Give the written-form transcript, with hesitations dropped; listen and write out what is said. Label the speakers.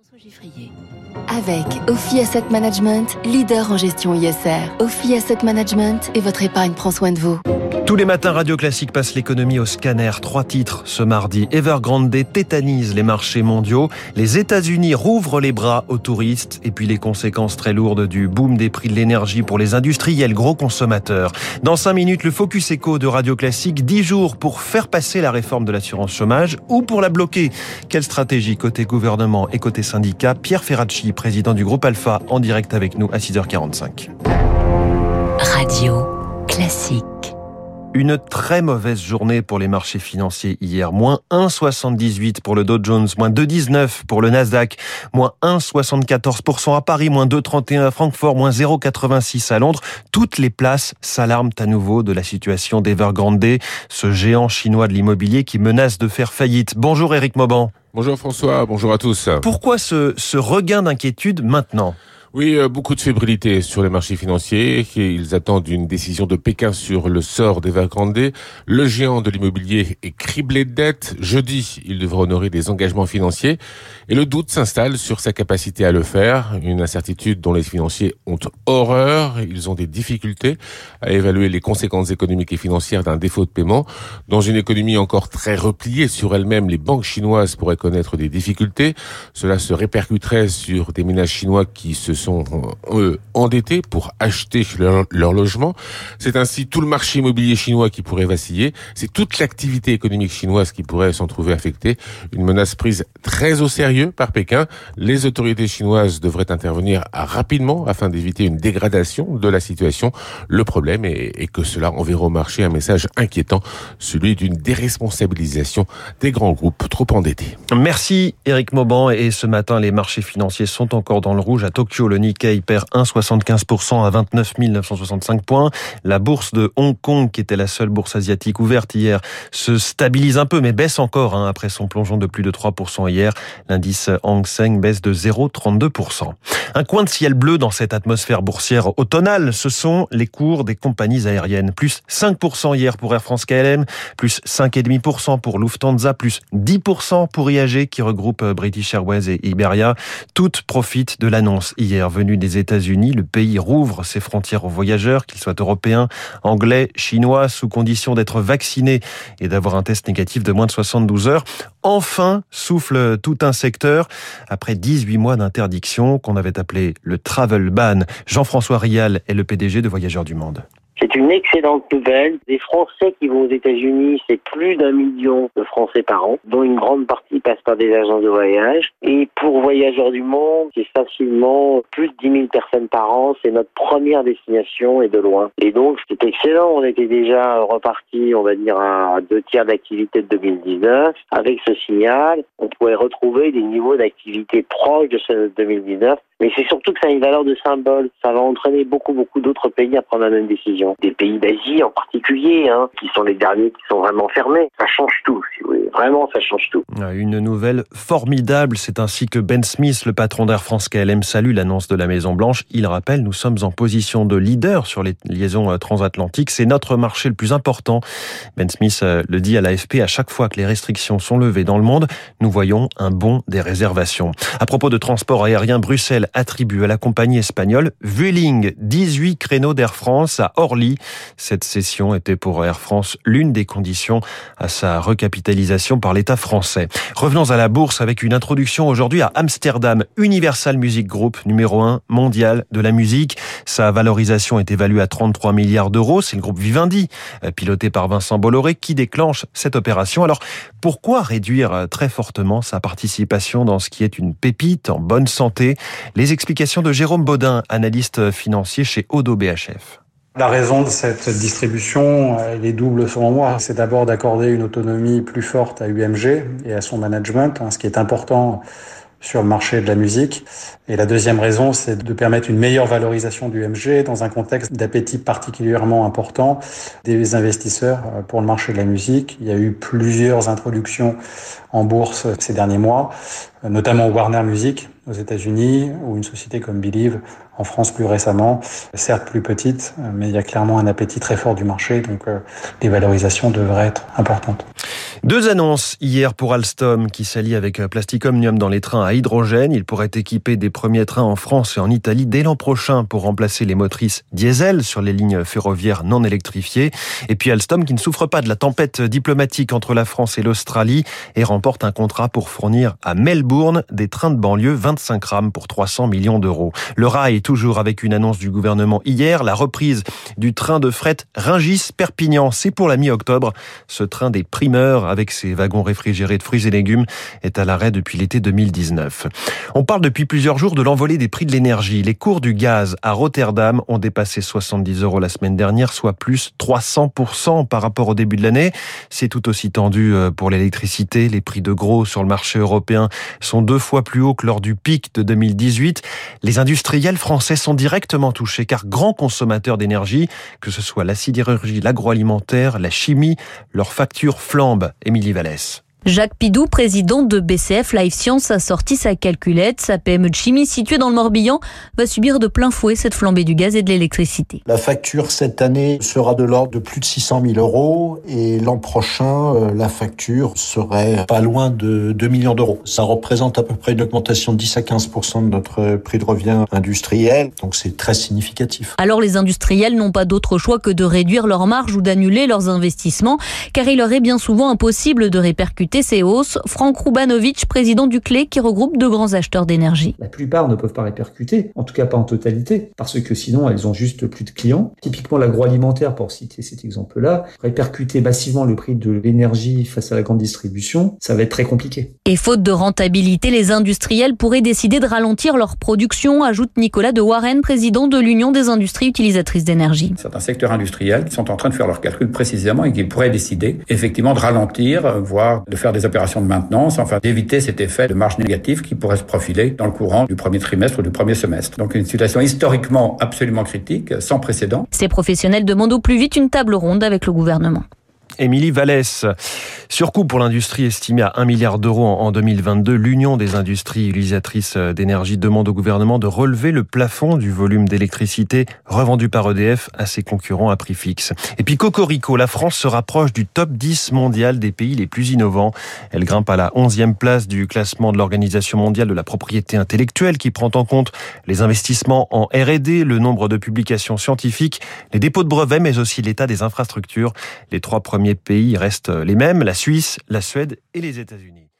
Speaker 1: Giffrier. Avec Ophi Asset Management, leader en gestion ISR. Ophi Asset Management et votre épargne prend soin de vous.
Speaker 2: Tous les matins, Radio Classique passe l'économie au scanner. 3 titres ce mardi. Evergrande tétanise les marchés mondiaux. Les États-Unis rouvrent les bras aux touristes. Et puis les conséquences très lourdes du boom des prix de l'énergie pour les industriels gros consommateurs. Dans 5 minutes, le Focus Éco de Radio Classique. 10 jours pour faire passer la réforme de l'assurance chômage ou pour la bloquer. Quelle stratégie côté gouvernement et côté syndicat? Pierre Ferracci, président du groupe Alpha, en direct avec nous à 6h45.
Speaker 1: Radio Classique.
Speaker 2: Une très mauvaise journée pour les marchés financiers hier. Moins 1,78 pour le Dow Jones, moins 2,19 pour le Nasdaq, moins 1,74% à Paris, moins 2,31 à Francfort, moins 0,86 à Londres. Toutes les places s'alarment à nouveau de la situation d'Evergrande, ce géant chinois de l'immobilier qui menace de faire faillite. Bonjour Éric Mauban.
Speaker 3: Bonjour François, bonjour à tous.
Speaker 2: Pourquoi ce regain d'inquiétude maintenant ?
Speaker 3: Oui, beaucoup de fébrilité sur les marchés financiers. Ils attendent une décision de Pékin sur le sort d'Evergrande. Le géant de l'immobilier est criblé de dettes. Jeudi, il devra honorer des engagements financiers. Et le doute s'installe sur sa capacité à le faire. Une incertitude dont les financiers ont horreur. Ils ont des difficultés à évaluer les conséquences économiques et financières d'un défaut de paiement. Dans une économie encore très repliée sur elle-même, les banques chinoises pourraient connaître des difficultés. Cela se répercuterait sur des ménages chinois qui se sont endettés pour acheter leur logement. C'est ainsi tout le marché immobilier chinois qui pourrait vaciller. C'est toute l'activité économique chinoise qui pourrait s'en trouver affectée. Une menace prise très au sérieux par Pékin. Les autorités chinoises devraient intervenir rapidement afin d'éviter une dégradation de la situation. Le problème est que cela enverra au marché un message inquiétant, celui d'une déresponsabilisation des grands groupes trop endettés.
Speaker 2: Merci Éric Mauban. Et ce matin, les marchés financiers sont encore dans le rouge. À Tokyo, le Nikkei perd 1,75% à 29 965 points. La bourse de Hong Kong, qui était la seule bourse asiatique ouverte hier, se stabilise un peu, mais baisse encore après son plongeon de plus de 3% hier. L'indice Hang Seng baisse de 0,32%. Un coin de ciel bleu dans cette atmosphère boursière automnale, ce sont les cours des compagnies aériennes. Plus 5% hier pour Air France KLM, plus 5,5% pour Lufthansa, plus 10% pour IAG qui regroupe British Airways et Iberia. Toutes profitent de l'annonce hier venue des États-Unis. Le pays rouvre ses frontières aux voyageurs, qu'ils soient européens, anglais, chinois, sous condition d'être vaccinés et d'avoir un test négatif de moins de 72 heures. Enfin, souffle tout un secteur après 18 mois d'interdiction qu'on avait appelé le travel ban. Jean-François Rial est le PDG de Voyageurs du Monde.
Speaker 4: C'est une excellente nouvelle. Les Français qui vont aux États-Unis, c'est plus d'1 million de Français par an, dont une grande partie passe par des agences de voyage. Et pour Voyageurs du Monde, c'est facilement plus de 10 000 personnes par an. C'est notre première destination et de loin. Et donc, c'est excellent. On était déjà reparti, on va dire, à 2/3 d'activité de 2019. Avec ce signal, on pourrait retrouver des niveaux d'activité proches de ceux de 2019. Mais c'est surtout que ça a une valeur de symbole. Ça va entraîner beaucoup d'autres pays à prendre la même décision. Des pays d'Asie en particulier, qui sont les derniers qui sont vraiment fermés. Ça change tout, si vous voulez. Vraiment, ça change tout.
Speaker 2: Une nouvelle formidable. C'est ainsi que Ben Smith, le patron d'Air France KLM, salue l'annonce de la Maison-Blanche. Il rappelle, nous sommes en position de leader sur les liaisons transatlantiques. C'est notre marché le plus important. Ben Smith le dit à l'AFP, à chaque fois que les restrictions sont levées dans le monde, nous voyons un bond des réservations. À propos de transport aérien, Bruxelles attribue à la compagnie espagnole Vueling 18 créneaux d'Air France à Orly. Cette cession était pour Air France l'une des conditions à sa recapitalisation par l'État français. Revenons à la bourse avec une introduction aujourd'hui à Amsterdam. Universal Music Group, numéro 1 mondial de la musique. Sa valorisation est évaluée à 33 milliards d'euros. C'est le groupe Vivendi, piloté par Vincent Bolloré, qui déclenche cette opération. Alors, pourquoi réduire très fortement sa participation dans ce qui est une pépite en bonne santé ? Les explications de Jérôme Baudin, analyste financier chez Oddo BHF.
Speaker 5: La raison de cette distribution, elle est double selon moi. C'est d'abord d'accorder une autonomie plus forte à UMG et à son management, ce qui est important sur le marché de la musique. Et la deuxième raison, c'est de permettre une meilleure valorisation du UMG dans un contexte d'appétit particulièrement important des investisseurs pour le marché de la musique. Il y a eu plusieurs introductions en bourse ces derniers mois, notamment Warner Music, aux États-Unis ou une société comme Believe en France plus récemment, certes plus petite, mais il y a clairement un appétit très fort du marché, donc les valorisations devraient être importantes.
Speaker 2: Deux annonces hier pour Alstom qui s'allie avec Plastic Omnium dans les trains à hydrogène. Il pourrait équiper des premiers trains en France et en Italie dès l'an prochain pour remplacer les motrices diesel sur les lignes ferroviaires non électrifiées. Et puis Alstom qui ne souffre pas de la tempête diplomatique entre la France et l'Australie et remporte un contrat pour fournir à Melbourne des trains de banlieue 25 rames pour 300 millions d'euros. Le rail est toujours avec une annonce du gouvernement hier, la reprise du train de fret Rungis-Perpignan. C'est pour la mi-octobre. Ce train des primeurs avec ses wagons réfrigérés de fruits et légumes est à l'arrêt depuis l'été 2019. On parle depuis plusieurs jours de l'envolée des prix de l'énergie. Les cours du gaz à Rotterdam ont dépassé 70 € la semaine dernière, soit plus 300% par rapport au début de l'année. C'est tout aussi tendu pour l'électricité. Les prix de gros sur le marché européen sont 2 fois plus hauts que lors du pic de 2018. Les industriels français sont directement touchés car grands consommateurs d'énergie, que ce soit la sidérurgie, l'agroalimentaire, la chimie, leurs factures flambent. Émilie Vallès.
Speaker 6: Jacques Pidou, président de BCF Life Science, a sorti sa calculette. Sa PME de chimie située dans le Morbihan va subir de plein fouet cette flambée du gaz et de l'électricité.
Speaker 7: La facture cette année sera de l'ordre de plus de 600 000 € et l'an prochain, la facture serait pas loin de 2 millions d'euros. Ça représente à peu près une augmentation de 10 à 15% de notre prix de revient industriel, donc c'est très significatif.
Speaker 6: Alors les industriels n'ont pas d'autre choix que de réduire leurs marges ou d'annuler leurs investissements, car il leur est bien souvent impossible de répercuter ces hausses. Franck Roubanovic, président du CLE, qui regroupe de grands acheteurs d'énergie.
Speaker 8: La plupart ne peuvent pas répercuter, en tout cas pas en totalité, parce que sinon elles ont juste plus de clients. Typiquement l'agroalimentaire, pour citer cet exemple-là, répercuter massivement le prix de l'énergie face à la grande distribution, ça va être très compliqué.
Speaker 6: Et faute de rentabilité, les industriels pourraient décider de ralentir leur production, ajoute Nicolas de Warren, président de l'Union des industries utilisatrices d'énergie.
Speaker 9: Certains secteurs industriels qui sont en train de faire leurs calculs précisément et qui pourraient décider effectivement de ralentir, voire de faire des opérations de maintenance, enfin d'éviter cet effet de marge négative qui pourrait se profiler dans le courant du premier trimestre ou du premier semestre. Donc une situation historiquement absolument critique, sans précédent.
Speaker 6: Ces professionnels demandent au plus vite une table ronde avec le gouvernement.
Speaker 2: Émilie Vallès. Surcoût pour l'industrie estimé à 1 milliard d'euros en 2022. L'Union des industries utilisatrices d'énergie demande au gouvernement de relever le plafond du volume d'électricité revendu par EDF à ses concurrents à prix fixe. Et puis cocorico, la France se rapproche du top 10 mondial des pays les plus innovants. Elle grimpe à la 11e place du classement de l'Organisation mondiale de la propriété intellectuelle qui prend en compte les investissements en R&D, le nombre de publications scientifiques, les dépôts de brevets, mais aussi l'état des infrastructures. Les 3 premiers pays restent les mêmes, la Suisse, la Suède et les États-Unis.